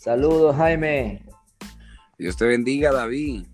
Saludos, Jaime. Dios te bendiga, David.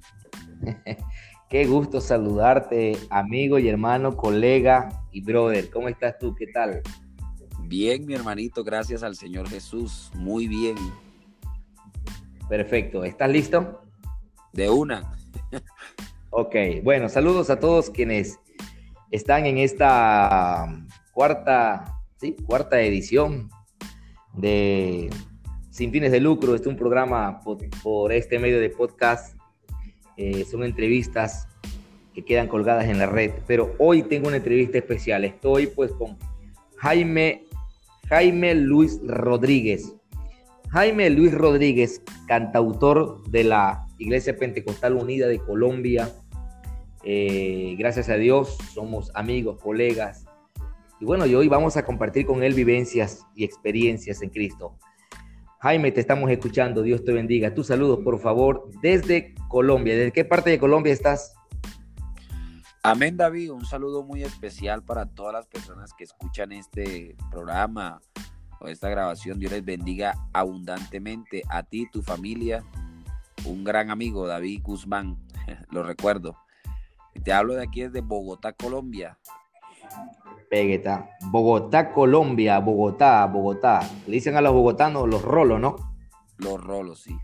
Qué gusto saludarte, amigo y hermano, colega y brother. ¿Cómo estás tú? ¿Qué tal? Bien, mi hermanito, gracias al Señor Jesús. Muy bien. Perfecto. ¿Estás listo? De una. Ok. Bueno, saludos a todos quienes están en esta cuarta edición de Sin Fines de Lucro. Este es un programa por este medio de podcast. Son entrevistas que quedan colgadas en la red, pero hoy tengo una entrevista especial. Estoy pues con Jaime Luis Rodríguez. Jaime Luis Rodríguez, cantautor de la Iglesia Pentecostal Unida de Colombia. Gracias a Dios somos amigos, colegas. Y bueno, y hoy vamos a compartir con él vivencias y experiencias en Cristo. Jaime, te estamos escuchando. Dios te bendiga. Tus saludos, por favor, desde Colombia. ¿Desde qué parte de Colombia estás? Amén, David. Un saludo muy especial para todas las personas que escuchan este programa o esta grabación. Dios les bendiga abundantemente a ti, tu familia. Un gran amigo, David Guzmán. Lo recuerdo. Te hablo de aquí desde Bogotá, Colombia. Pegueta. Bogotá, Colombia. Bogotá. Le dicen a los bogotanos los rolos, ¿no? Los rolos, sí.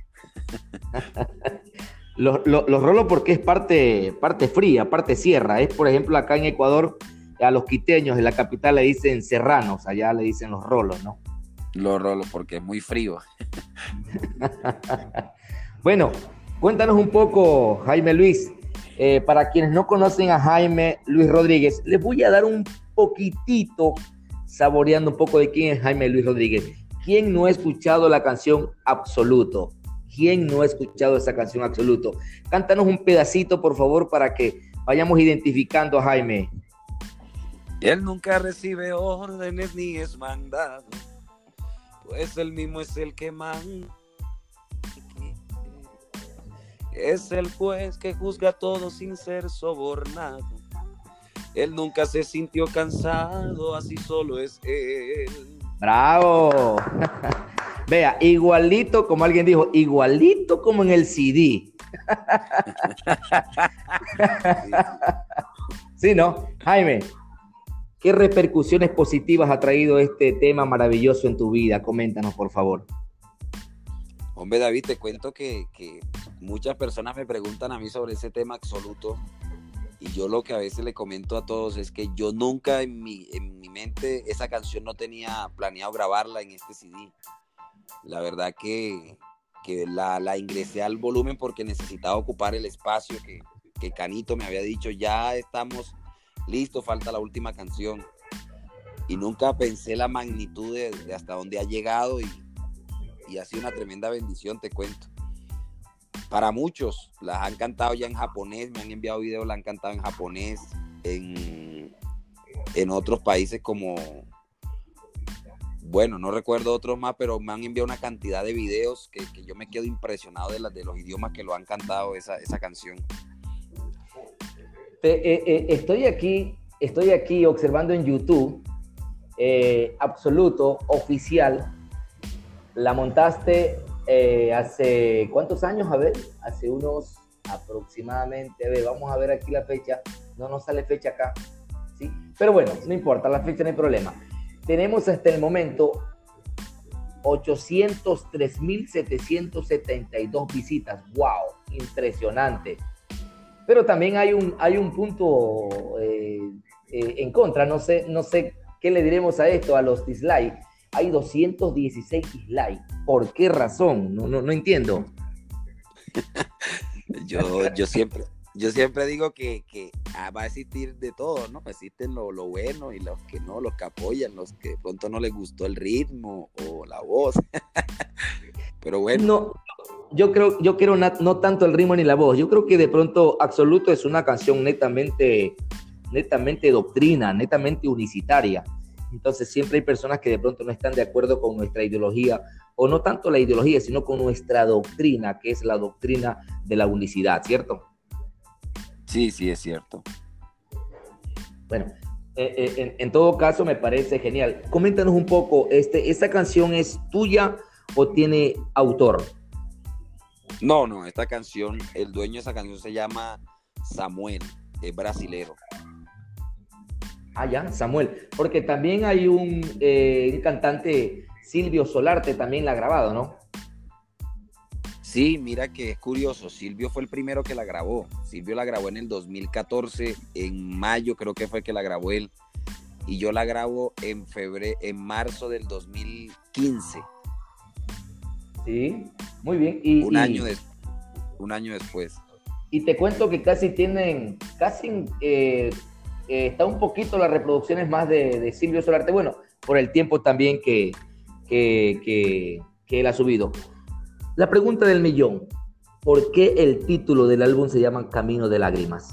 Los rolos porque es parte fría, parte sierra. Es, por ejemplo, acá en Ecuador, a los quiteños en la capital le dicen serranos, allá le dicen los rolos, ¿no? Los rolos porque es muy frío. Bueno, cuéntanos un poco, Jaime Luis. Para quienes no conocen a Jaime Luis Rodríguez, les voy a dar un poquitito, saboreando un poco de quién es Jaime Luis Rodríguez. ¿Quién no ha escuchado la canción Absoluto? ¿Quién no ha escuchado esa canción Absoluto? Cántanos un pedacito, por favor, para que vayamos identificando a Jaime. Él nunca recibe órdenes ni es mandado, pues él mismo es el que manda. Es el juez que juzga todo sin ser sobornado. Él nunca se sintió cansado, así solo es él. ¡Bravo! Vea, igualito como alguien dijo, igualito como en el CD. Sí. Sí, ¿no? Jaime, ¿qué repercusiones positivas ha traído este tema maravilloso en tu vida? Coméntanos, por favor. Hombre, David, te cuento que muchas personas me preguntan a mí sobre ese tema absoluto, y yo lo que a veces le comento a todos es que yo nunca en mi mente esa canción no tenía planeado grabarla en este CD. La verdad que la ingresé al volumen porque necesitaba ocupar el espacio que Canito me había dicho, ya estamos listos, falta la última canción. Y nunca pensé la magnitud de hasta dónde ha llegado, y ha sido una tremenda bendición, te cuento. Para muchos las han cantado ya en japonés, me han enviado videos, la han cantado en japonés, en otros países como, bueno, no recuerdo otros más, pero me han enviado una cantidad de videos que yo me quedo impresionado de los idiomas que lo han cantado esa canción. Estoy aquí observando en YouTube, Absoluto, oficial. La montaste hace ¿cuántos años? A ver, hace unos aproximadamente, a ver, vamos a ver aquí la fecha. No nos sale fecha acá, ¿sí? Pero bueno, no importa, la fecha no hay problema. Tenemos hasta el momento 803,772 visitas. ¡Wow! Impresionante. Pero también hay un punto en contra. No sé qué le diremos a esto, a los dislikes. Hay 216 dislikes. ¿Por qué razón? No entiendo. Yo siempre digo que va a existir de todo, ¿no? Existen lo bueno y los que no, los que apoyan, los que de pronto no les gustó el ritmo o la voz. Pero bueno. No, yo creo no tanto el ritmo ni la voz. Yo creo que de pronto Absoluto es una canción netamente doctrina, netamente unicitaria. Entonces siempre hay personas que de pronto no están de acuerdo con nuestra ideología, o no tanto la ideología, sino con nuestra doctrina, que es la doctrina de la unicidad, ¿cierto? Sí, sí, es cierto. Bueno, en todo caso me parece genial. Coméntanos un poco, ¿esta canción es tuya o tiene autor? No, esta canción, el dueño de esa canción se llama Samuel, es brasilero. Ah, ya, Samuel, porque también hay un cantante, Silvio Solarte, también la ha grabado, ¿no? Sí, mira que es curioso, Silvio fue el primero que la grabó. Silvio la grabó en el 2014, en mayo creo que fue que la grabó él, y yo la grabo en marzo del 2015. Sí, muy bien. Un año después. Y te cuento que casi está un poquito las reproducciones más de Silvio Solarte, bueno, por el tiempo también que él ha subido. La pregunta del millón, ¿por qué el título del álbum se llama Camino de Lágrimas?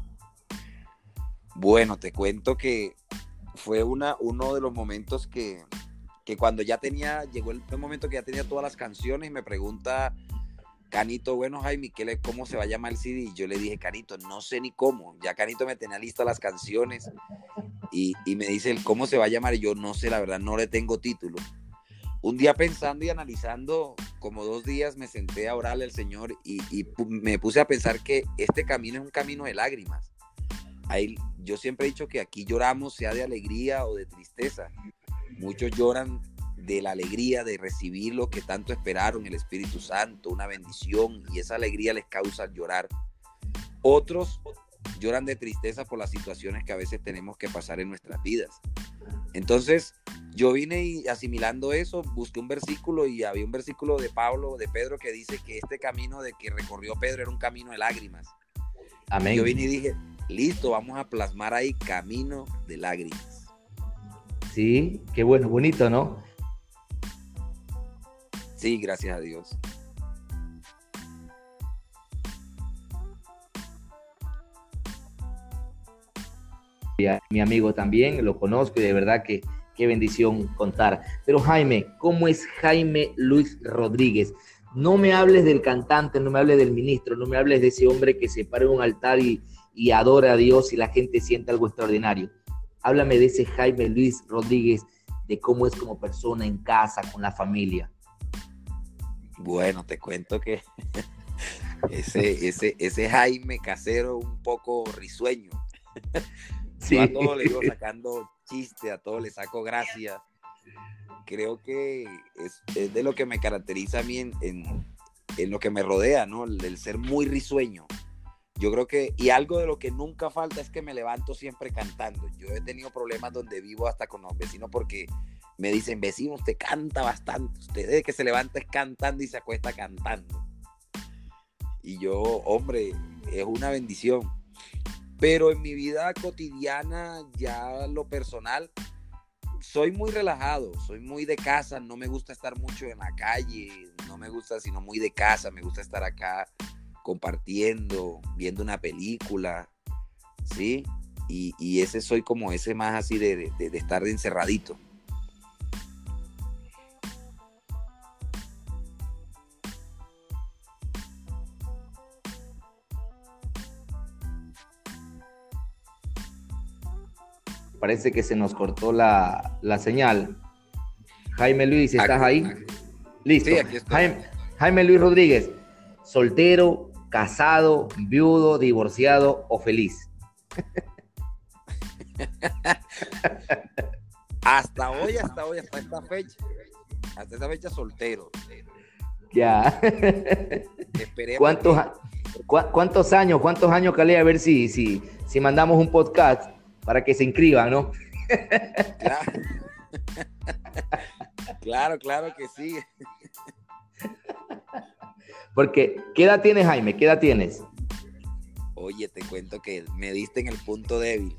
Bueno, te cuento que fue uno de los momentos que cuando llegó el momento que ya tenía todas las canciones, me pregunta Canito, bueno, Jaime, ¿cómo se va a llamar el CD? Y yo le dije, Canito, no sé ni cómo. Ya Canito me tenía listas las canciones y me dice, ¿cómo se va a llamar? Y yo no sé, la verdad, no le tengo título. Un día pensando y analizando, como 2 días me senté a orarle al Señor y me puse a pensar que este camino es un camino de lágrimas. Yo siempre he dicho que aquí lloramos, sea de alegría o de tristeza. Muchos lloran de la alegría de recibir lo que tanto esperaron, el Espíritu Santo, una bendición, y esa alegría les causa llorar. Otros lloran de tristeza por las situaciones que a veces tenemos que pasar en nuestras vidas. Entonces, yo vine asimilando eso, busqué un versículo y había un versículo de Pedro, que dice que este camino de que recorrió Pedro era un camino de lágrimas. Amén. Yo vine y dije, listo, vamos a plasmar ahí camino de lágrimas. Sí, qué bueno, bonito, ¿no? Sí, gracias a Dios. Mi amigo también, lo conozco y de verdad que qué bendición contar. Pero Jaime, ¿cómo es Jaime Luis Rodríguez? No me hables del cantante, no me hables del ministro, no me hables de ese hombre que se para en un altar y adora a Dios y la gente siente algo extraordinario. Háblame de ese Jaime Luis Rodríguez, de cómo es como persona en casa, con la familia. Bueno, te cuento que ese Jaime casero un poco risueño. Sí. Yo a todos le digo sacando chiste, a todos le saco gracia. Creo que es de lo que me caracteriza a mí en lo que me rodea, ¿no? El ser muy risueño. Yo creo que, y algo de lo que nunca falta es que me levanto siempre cantando. Yo he tenido problemas donde vivo hasta con los vecinos porque me dicen, vecino, usted canta bastante. Usted desde que se levanta es cantando y se acuesta cantando. Y yo, hombre, es una bendición. Pero en mi vida cotidiana, ya lo personal, soy muy relajado, soy muy de casa, no me gusta estar mucho en la calle, no me gusta sino muy de casa, me gusta estar acá compartiendo, viendo una película, ¿sí? Y ese soy como ese más así de estar encerradito. Parece que se nos cortó la señal. Jaime Luis, ¿estás ahí? Listo. Sí, aquí estoy. Jaime Luis Rodríguez, soltero, casado, viudo, divorciado o feliz. Hasta esta fecha. Hasta esta fecha soltero. Ya. ¿Cuántos años, Calé? A ver si mandamos un podcast para que se inscriban, ¿no? Claro que sí. Porque, ¿qué edad tienes, Jaime? ¿Qué edad tienes? Oye, te cuento que me diste en el punto débil.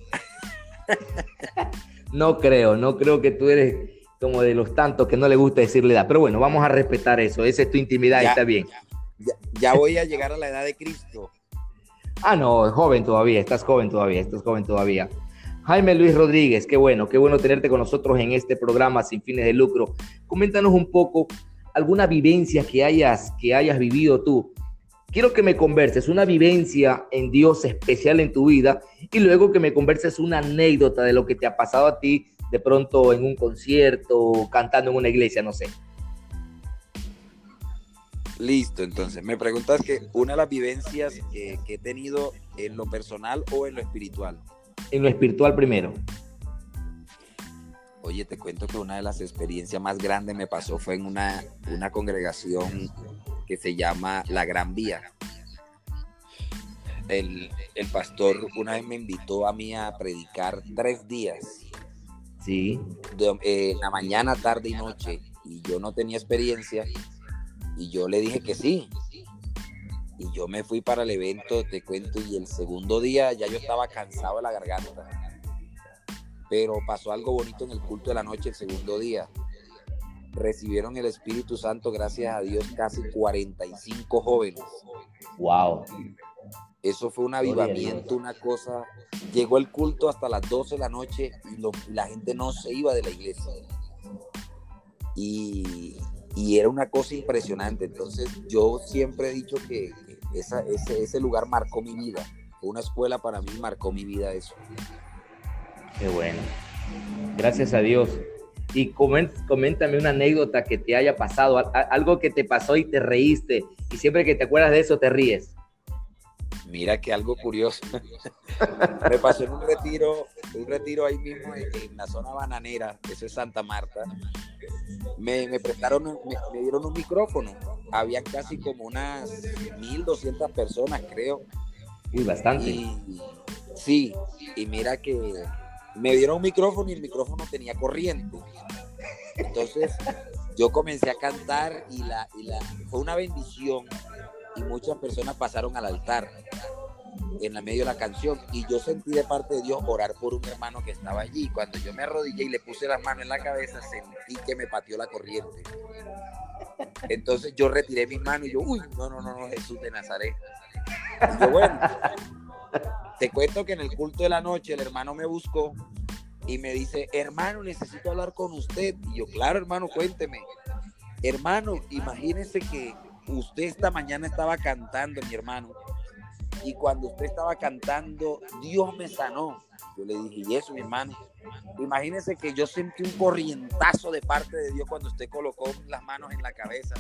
No creo que tú eres como de los tantos que no le gusta decirle edad. Pero bueno, vamos a respetar eso. Esa es tu intimidad y está bien. Ya voy a llegar a la edad de Cristo. Ah, no, joven todavía, estás joven todavía. Jaime Luis Rodríguez, qué bueno tenerte con nosotros en este programa sin fines de lucro. Coméntanos un poco alguna vivencia que hayas vivido tú. Quiero que me converses una vivencia en Dios especial en tu vida y luego que me converses una anécdota de lo que te ha pasado a ti de pronto en un concierto, cantando en una iglesia, no sé. Listo, entonces, me preguntas que una de las vivencias que he tenido en lo personal o en lo espiritual. En lo espiritual primero. Oye, te cuento que una de las experiencias más grandes me pasó fue en una congregación que se llama La Gran Vía. El pastor una vez me invitó a mí a predicar 3 días, Sí. en la mañana, tarde y noche, y yo no tenía experiencia, y yo le dije que sí, y yo me fui para el evento, te cuento, y el segundo día ya yo estaba cansado de la garganta, pero pasó algo bonito en el culto de la noche el segundo día. Recibieron el Espíritu Santo, gracias a Dios, casi 45 jóvenes. Wow. Eso fue un Gloria a Dios. avivamiento, una cosa. Llegó el culto hasta las 12 de la noche y la gente no se iba de la iglesia. Y era una cosa impresionante. Entonces, yo siempre he dicho que ese lugar marcó mi vida. Fue una escuela para mí, marcó mi vida eso. Qué bueno. Gracias a Dios. Y coméntame una anécdota que te haya pasado, algo que te pasó y te reíste, y siempre que te acuerdas de eso te ríes. Mira que algo curioso. Me pasó en un retiro ahí mismo en la zona bananera, eso es Santa Marta. Me dieron un micrófono. Había casi como unas 1,200 personas, creo. Uy, bastante. Y mira que me dieron un micrófono y el micrófono tenía corriente. Entonces yo comencé a cantar y fue una bendición y muchas personas pasaron al altar en la medio de la canción y yo sentí de parte de Dios orar por un hermano que estaba allí. Cuando yo me arrodillé y le puse las manos en la cabeza, sentí que me pateó la corriente. Entonces yo retiré mis manos y yo, no, Jesús de Nazaret. Y yo, bueno, te cuento que en el culto de la noche el hermano me buscó y me dice, hermano, necesito hablar con usted. Y yo, claro, hermano, cuénteme. Hermano, imagínese que usted esta mañana estaba cantando, mi hermano, y cuando usted estaba cantando, Dios me sanó. Yo le dije, ¿y eso, mi hermano? Imagínese que yo sentí un corrientazo de parte de Dios cuando usted colocó las manos en la cabeza.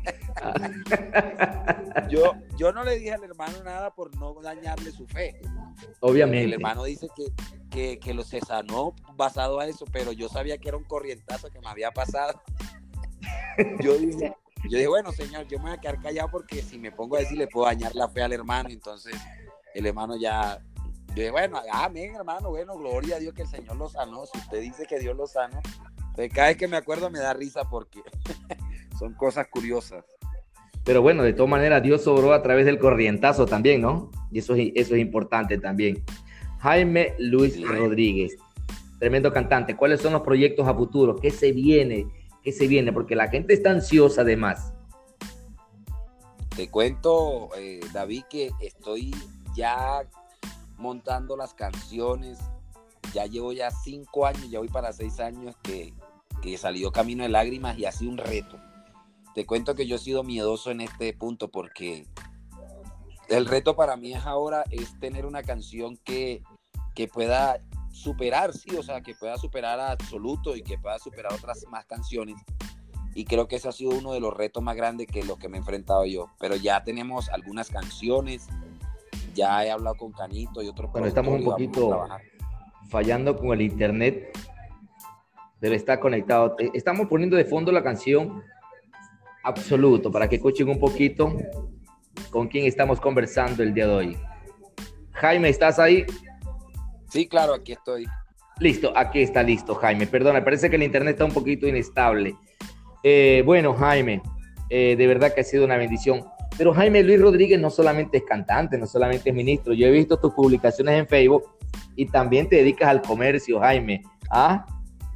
Yo no le dije al hermano nada por no dañarle su fe. Obviamente. El hermano dice que lo se sanó basado a eso, pero yo sabía que era un corrientazo que me había pasado. Yo dije, bueno, señor, yo me voy a quedar callado porque si me pongo a decir le puedo dañar la fe al hermano. Entonces el hermano ya, yo dije, bueno, amén, hermano, bueno, gloria a Dios que el Señor lo sanó. Si usted dice que Dios lo sanó, entonces cada vez que me acuerdo me da risa porque son cosas curiosas. Pero bueno, de todas maneras, Dios obró a través del corrientazo también, ¿no? Y eso es importante también. Jaime Luis Rodríguez, tremendo cantante. ¿Cuáles son los proyectos a futuro? ¿Qué se viene? Porque la gente está ansiosa además. Te cuento, David, que estoy ya montando las canciones. Ya llevo 5 años, ya voy para 6 años que salió Camino de Lágrimas y ha sido un reto. Te cuento que yo he sido miedoso en este punto porque el reto para mí ahora es tener una canción que pueda superar, sí, o sea, que pueda superar a Absoluto y que pueda superar otras más canciones. Y creo que ese ha sido uno de los retos más grandes que los que me he enfrentado yo. Pero ya tenemos algunas canciones, ya he hablado con Canito y otros. Bueno, estamos un poquito fallando con el internet, pero está conectado. Estamos poniendo de fondo la canción Absoluto, para que escuchen un poquito con quién estamos conversando el día de hoy. Jaime, ¿estás ahí? Sí, claro, aquí estoy. Listo, aquí está listo, Jaime. Perdona, parece que el internet está un poquito inestable. Bueno, Jaime, de verdad que ha sido una bendición. Pero Jaime Luis Rodríguez no solamente es cantante, no solamente es ministro. Yo he visto tus publicaciones en Facebook y también te dedicas al comercio, Jaime. ¿Ah?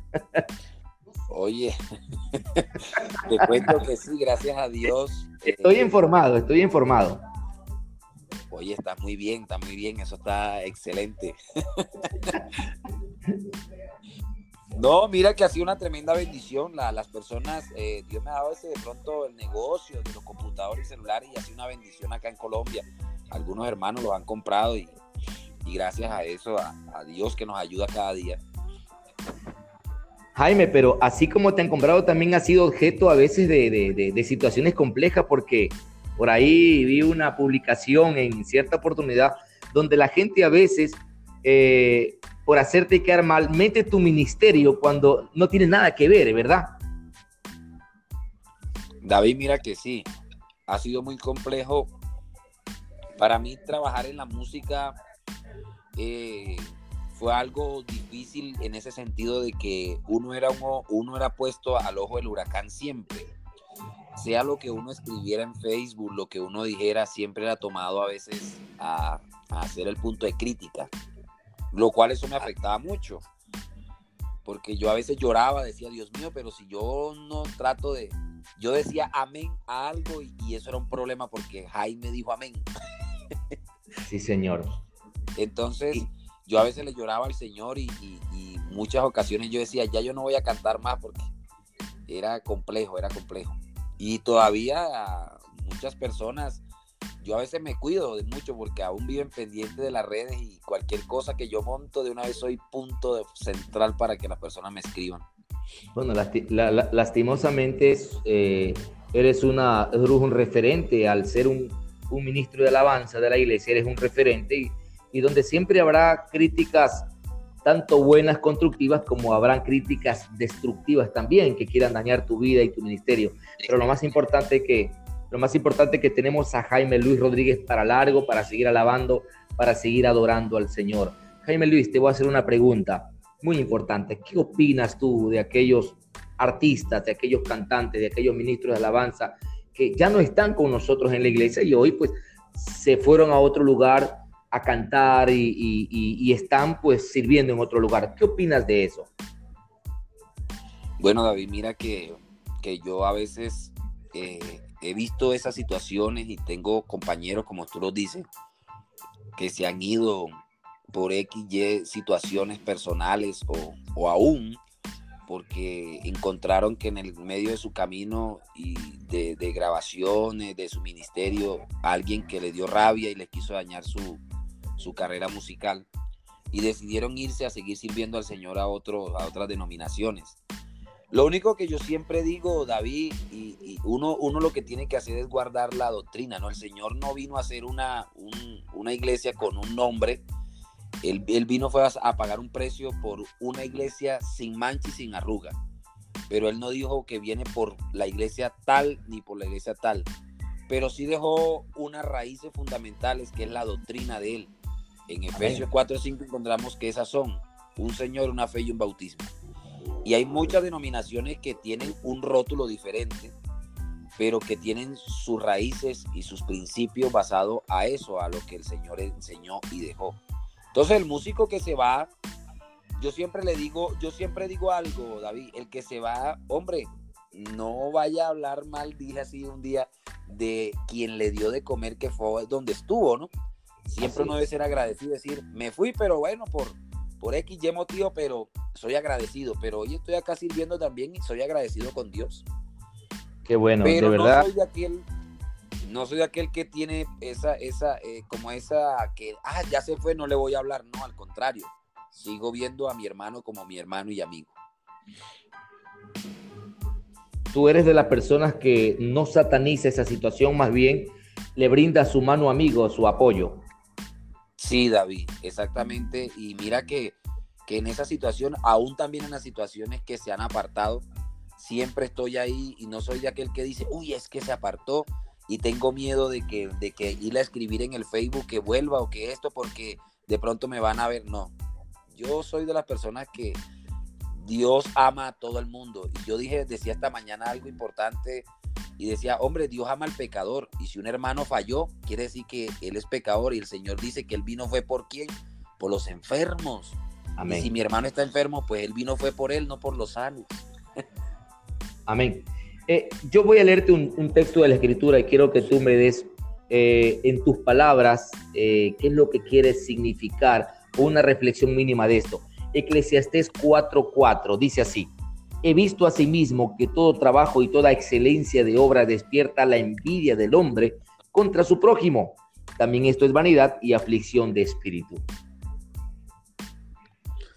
Oye, te cuento que sí, gracias a Dios. Estoy informado. Oye, está muy bien, eso está excelente. No, mira que ha sido una tremenda bendición. Las personas, Dios me ha dado de pronto el negocio de los computadores y celulares y ha sido una bendición acá en Colombia. Algunos hermanos los han comprado y gracias a eso, a Dios que nos ayuda cada día. Jaime, pero así como te han comprado, también ha sido objeto a veces de situaciones complejas, porque por ahí vi una publicación en cierta oportunidad donde la gente a veces, por hacerte quedar mal, mete tu ministerio cuando no tiene nada que ver, ¿verdad? David, mira que sí, ha sido muy complejo para mí trabajar en la música. Fue algo difícil en ese sentido de que uno era puesto al ojo del huracán siempre. Sea lo que uno escribiera en Facebook, lo que uno dijera, siempre era tomado a veces a hacer el punto de crítica, lo cual eso me afectaba mucho, porque yo a veces lloraba, decía, Dios mío, pero si yo no trato de... Yo decía amén a algo y eso era un problema porque Jaime dijo amén. Sí, señor. Entonces, yo a veces le lloraba al Señor y muchas ocasiones yo decía, ya yo no voy a cantar más porque era complejo. Y todavía muchas personas, yo a veces me cuido de mucho porque aún viven pendientes de las redes y cualquier cosa que yo monto, de una vez soy punto central para que las personas me escriban. Bueno, lastimosamente eres un referente al ser un ministro de alabanza de la iglesia, eres un referente y donde siempre habrá críticas tanto buenas, constructivas, como habrán críticas destructivas también que quieran dañar tu vida y tu ministerio. Pero lo más importante que tenemos a Jaime Luis Rodríguez para largo, para seguir alabando, para seguir adorando al Señor. Jaime Luis, te voy a hacer una pregunta muy importante. ¿Qué opinas tú de aquellos artistas, de aquellos cantantes, de aquellos ministros de alabanza que ya no están con nosotros en la iglesia y hoy pues se fueron a otro lugar a cantar y están pues sirviendo en otro lugar? ¿Qué opinas de eso? Bueno, David, mira que yo a veces he visto esas situaciones y tengo compañeros, como tú lo dices, que se han ido por X, Y situaciones personales o aún porque encontraron que en el medio de su camino y de grabaciones, de su ministerio, alguien que le dio rabia y les quiso dañar su carrera musical y decidieron irse a seguir sirviendo al Señor a otras denominaciones. Lo único que yo siempre digo, David, y uno lo que tiene que hacer es guardar la doctrina, ¿no? El Señor no vino a hacer una iglesia con un nombre. Él vino fue a pagar un precio por una iglesia sin mancha y sin arruga. Pero Él no dijo que viene por la iglesia tal ni por la iglesia tal. Pero sí dejó unas raíces fundamentales que es la doctrina de Él. En Efesios 4:5 encontramos que esas son un Señor, una fe y un bautismo. Y hay muchas denominaciones que tienen un rótulo diferente, pero que tienen sus raíces y sus principios basados a eso, a lo que el Señor enseñó y dejó. Entonces el músico que se va, yo siempre digo algo, David, el que se va, hombre, no vaya a hablar mal, dije así un día, de quien le dio de comer, que fue donde estuvo, ¿no? Siempre uno debe ser agradecido, decir, me fui, pero bueno, por X, Y motivo, pero soy agradecido, pero hoy estoy acá sirviendo también y soy agradecido con Dios. Qué bueno, pero de verdad. No soy de aquel que tiene esa que, ya se fue, no le voy a hablar. No, al contrario, sigo viendo a mi hermano como mi hermano y amigo. Tú eres de las personas que no sataniza esa situación, más bien le brinda su mano amigo, su apoyo. Sí, David, exactamente. Y mira que en esa situación, aún también en las situaciones que se han apartado, siempre estoy ahí y no soy de aquel que dice, uy, es que se apartó y tengo miedo de que ir a escribir en el Facebook que vuelva o que esto porque de pronto me van a ver. No, yo soy de las personas que Dios ama a todo el mundo. Y yo decía esta mañana algo importante y decía, hombre, Dios ama al pecador. Y si un hermano falló, quiere decir que él es pecador. Y el Señor dice que él vino fue por ¿quién? Por los enfermos. Amén. Y si mi hermano está enfermo, pues él vino fue por él, no por los sanos. Amén. Yo voy a leerte un texto de la Escritura y quiero que tú me des en tus palabras qué es lo que quiere significar, una reflexión mínima de esto. Eclesiastés 4:4 dice así: he visto asimismo que todo trabajo y toda excelencia de obra despierta la envidia del hombre contra su prójimo. También esto es vanidad y aflicción de espíritu.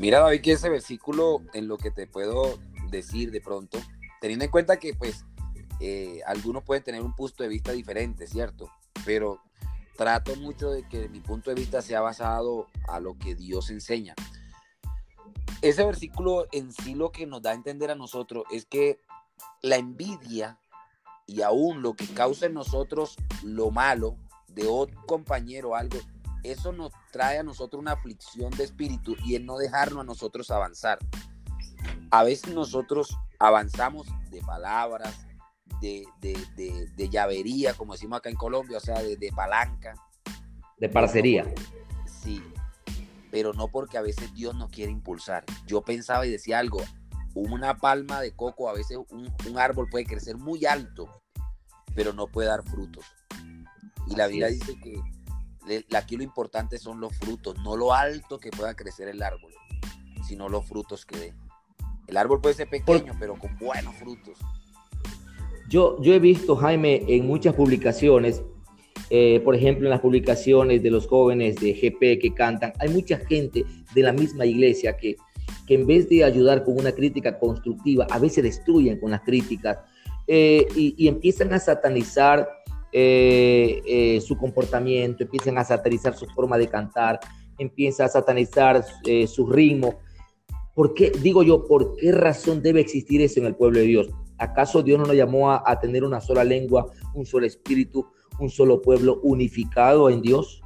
Mira, David, que ese versículo, en lo que te puedo decir de pronto, teniendo en cuenta que pues algunos pueden tener un punto de vista diferente, ¿cierto? Pero trato mucho de que mi punto de vista sea basado a lo que Dios enseña. Ese versículo en sí lo que nos da a entender a nosotros es que la envidia y aún lo que causa en nosotros lo malo de otro compañero o algo, eso nos trae a nosotros una aflicción de espíritu y el no dejarnos a nosotros avanzar. A veces nosotros avanzamos de palabras, de llavería, como decimos acá en Colombia, o sea, de palanca. De parcería. Sí, pero no porque a veces Dios nos quiere impulsar. Yo pensaba y decía algo, una palma de coco, a veces un árbol puede crecer muy alto, pero no puede dar frutos. Y la Biblia dice que aquí lo importante son los frutos, no lo alto que pueda crecer el árbol, sino los frutos que dé. El árbol puede ser pequeño, pero con buenos frutos. Yo he visto, Jaime, en muchas publicaciones, por ejemplo, en las publicaciones de los jóvenes de GP que cantan, hay mucha gente de la misma iglesia que en vez de ayudar con una crítica constructiva, a veces destruyen con las críticas y empiezan a satanizar su comportamiento, empiezan a satanizar su forma de cantar, empiezan a satanizar su ritmo. ¿Por qué, digo yo, por qué razón debe existir eso en el pueblo de Dios? ¿Acaso Dios no nos llamó a tener una sola lengua, un solo espíritu, un solo pueblo unificado en Dios?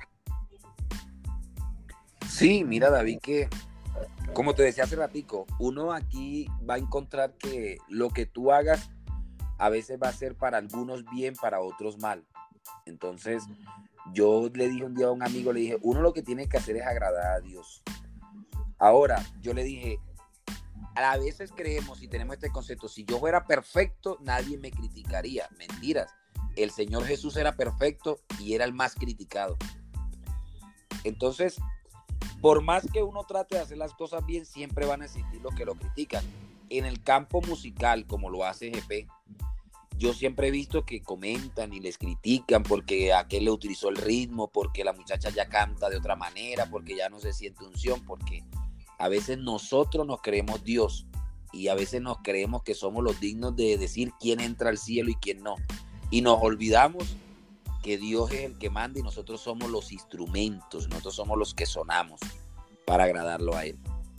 Sí, mira, David, que como te decía hace ratico, uno aquí va a encontrar que lo que tú hagas a veces va a ser para algunos bien, para otros mal. Entonces, yo le dije un día a un amigo, le dije, uno lo que tiene que hacer es agradar a Dios. Ahora, yo le dije, a veces creemos y tenemos este concepto, si yo fuera perfecto, nadie me criticaría. Mentiras. El Señor Jesús era perfecto y era el más criticado. Entonces, por más que uno trate de hacer las cosas bien, siempre van a existir los que lo critican. En el campo musical, como lo hace GP, yo siempre he visto que comentan y les critican porque aquel le utilizó el ritmo, porque la muchacha ya canta de otra manera, porque ya no se siente unción, porque a veces nosotros nos creemos Dios y a veces nos creemos que somos los dignos de decir quién entra al cielo y quién no. Y nos olvidamos que Dios es el que manda y nosotros somos los instrumentos, nosotros somos los que sonamos para agradarlo a Él.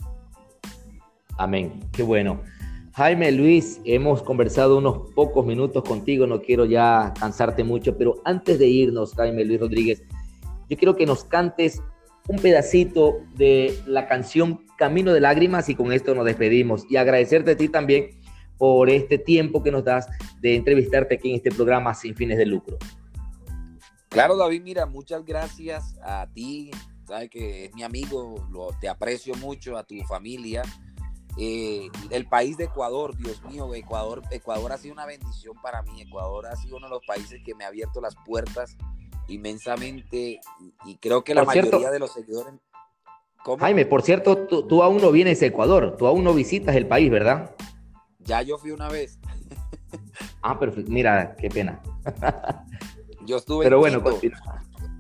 Amén, qué bueno. Jaime, Luis, hemos conversado unos pocos minutos contigo, no quiero ya cansarte mucho, pero antes de irnos, Jaime Luis Rodríguez, yo quiero que nos cantes un pedacito de la canción Camino de Lágrimas y con esto nos despedimos. Y agradecerte a ti también por este tiempo que nos das de entrevistarte aquí en este programa Sin Fines de Lucro. Claro, David, mira, muchas gracias a ti, sabes que es mi amigo, te aprecio mucho, a tu familia. El país de Ecuador, Dios mío, Ecuador ha sido una bendición para mí. Ecuador ha sido uno de los países que me ha abierto las puertas inmensamente y creo que la mayoría de los seguidores. ¿Cómo? Jaime, por cierto, tú aún no vienes a Ecuador, tú aún no visitas el país, ¿verdad? Ya yo fui una vez. Ah, pero mira, qué pena. Yo estuve pero en bueno, Quito. Continúa.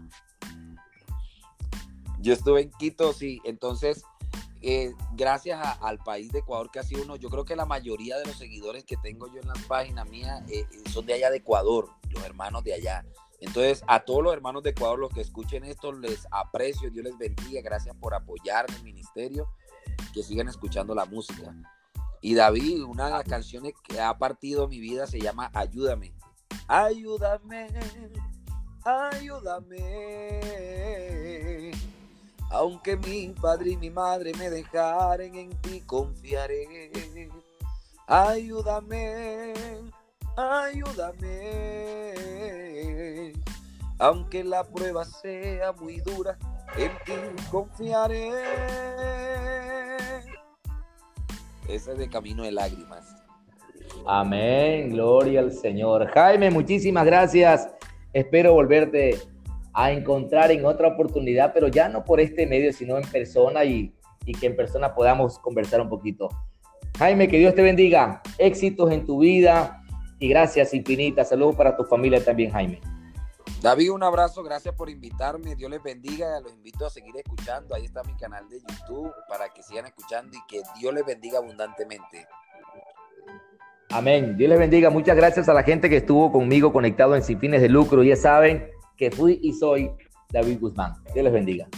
Yo estuve en Quito, sí. Entonces, gracias al país de Ecuador, que ha sido uno, yo creo que la mayoría de los seguidores que tengo yo en las páginas mías son de allá de Ecuador, los hermanos de allá. Entonces, a todos los hermanos de Ecuador, los que escuchen esto, les aprecio, Dios les bendiga, gracias por apoyar el ministerio, que sigan escuchando la música. Y David, una de las canciones que ha partido mi vida se llama Ayúdame. Ayúdame, ayúdame. Aunque mi padre y mi madre me dejaren, en ti confiaré. Ayúdame, ayúdame. Aunque la prueba sea muy dura, en ti confiaré. Ese es de Camino de Lágrimas. Amén, gloria al Señor. Jaime, muchísimas gracias. Espero volverte a encontrar en otra oportunidad, pero ya no por este medio, sino en persona y que en persona podamos conversar un poquito. Jaime, que Dios te bendiga. Éxitos en tu vida y gracias infinitas. Saludos para tu familia también, Jaime. David, un abrazo, gracias por invitarme, Dios les bendiga, los invito a seguir escuchando, ahí está mi canal de YouTube para que sigan escuchando y que Dios les bendiga abundantemente. Amén. Dios les bendiga. Muchas gracias a la gente que estuvo conmigo conectado en Sin Fines de Lucro. Ya saben que fui y soy David Guzmán. Dios les bendiga.